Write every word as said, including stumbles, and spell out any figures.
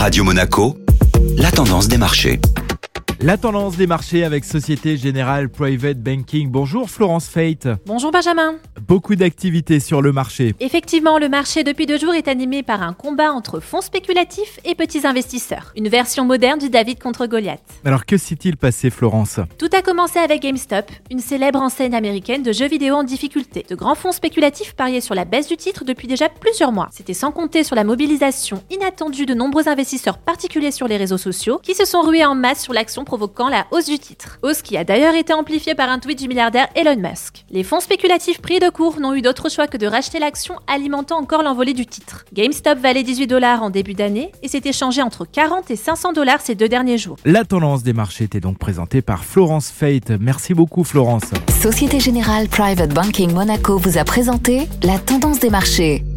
Radio Monaco, la tendance des marchés. La tendance des marchés avec Société Générale Private Banking. Bonjour Florence Fate. Bonjour Benjamin. Beaucoup d'activités sur le marché. Effectivement, le marché depuis deux jours est animé par un combat entre fonds spéculatifs et petits investisseurs. Une version moderne du David contre Goliath. Alors que s'est-il passé, Florence ? Tout a commencé avec GameStop, une célèbre enseigne américaine de jeux vidéo en difficulté. De grands fonds spéculatifs pariaient sur la baisse du titre depuis déjà plusieurs mois. C'était sans compter sur la mobilisation inattendue de nombreux investisseurs particuliers sur les réseaux sociaux qui se sont rués en masse sur l'action provoquant la hausse du titre. Hausse qui a d'ailleurs été amplifiée par un tweet du milliardaire Elon Musk. Les fonds spéculatifs pris de court n'ont eu d'autre choix que de racheter l'action, alimentant encore l'envolée du titre. GameStop valait dix-huit dollars en début d'année et s'est échangé entre quarante et cinq cents dollars ces deux derniers jours. La tendance des marchés était donc présentée par Florence Fate. Merci beaucoup Florence. Société Générale Private Banking Monaco vous a présenté la tendance des marchés.